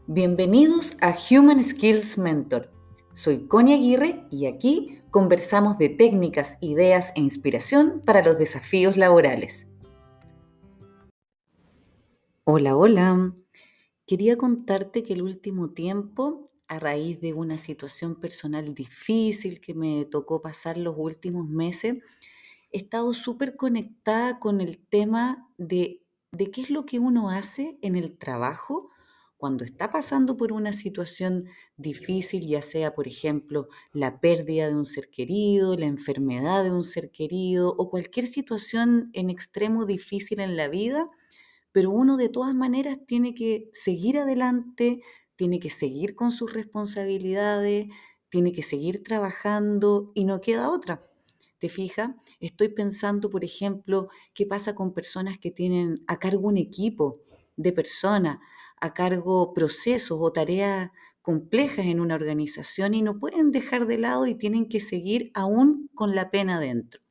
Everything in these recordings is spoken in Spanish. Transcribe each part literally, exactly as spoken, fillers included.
Bienvenidos a Human Skills Mentor. Soy Connie Aguirre y aquí conversamos de técnicas, ideas e inspiración para los desafíos laborales. Hola, hola. Quería contarte que el último tiempo, a raíz de una situación personal difícil que me tocó pasar los últimos meses, he estado súper conectada con el tema de, de qué es lo que uno hace en el trabajo cuando está pasando por una situación difícil, ya sea, por ejemplo, la pérdida de un ser querido, la enfermedad de un ser querido o cualquier situación en extremo difícil en la vida, pero uno de todas maneras tiene que seguir adelante, tiene que seguir con sus responsabilidades, tiene que seguir trabajando y no queda otra. ¿Te fijas? Estoy pensando, por ejemplo, qué pasa con personas que tienen a cargo un equipo de personas, a cargo procesos o tareas complejas en una organización y no pueden dejar de lado y tienen que seguir aún con la pena dentro.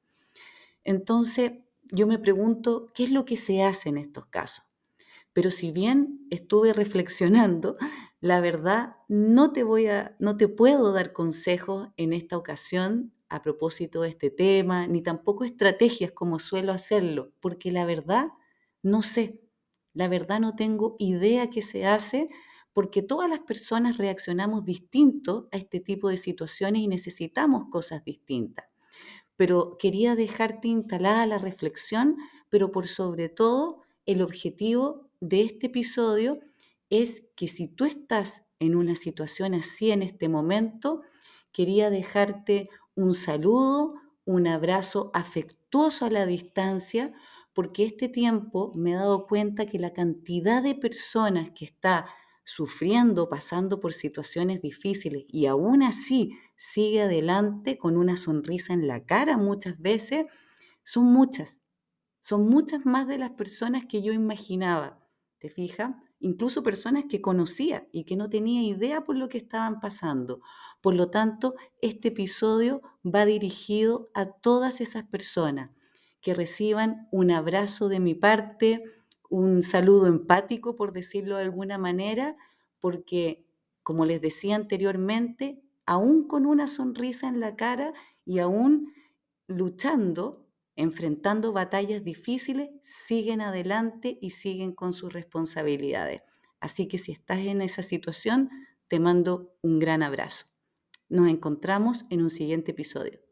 Entonces, yo me pregunto, ¿qué es lo que se hace en estos casos? Pero si bien estuve reflexionando, la verdad no te voy a, no te puedo dar consejos en esta ocasión a propósito de este tema, ni tampoco estrategias como suelo hacerlo, porque la verdad no sé, la verdad no tengo idea qué se hace, porque todas las personas reaccionamos distinto a este tipo de situaciones y necesitamos cosas distintas. Pero quería dejarte instalada la reflexión, pero por sobre todo el objetivo de este episodio es que si tú estás en una situación así en este momento, quería dejarte un saludo, un abrazo afectuoso a la distancia, porque este tiempo me he dado cuenta que la cantidad de personas que está sufriendo, pasando por situaciones difíciles y aún así sigue adelante con una sonrisa en la cara muchas veces, son muchas, son muchas más de las personas que yo imaginaba, ¿te fijas? Incluso personas que conocía y que no tenía idea por lo que estaban pasando. Por lo tanto, este episodio va dirigido a todas esas personas que reciban un abrazo de mi parte, un saludo empático, por decirlo de alguna manera, porque, como les decía anteriormente, aún con una sonrisa en la cara y aún luchando, enfrentando batallas difíciles, siguen adelante y siguen con sus responsabilidades. Así que si estás en esa situación, te mando un gran abrazo. Nos encontramos en un siguiente episodio.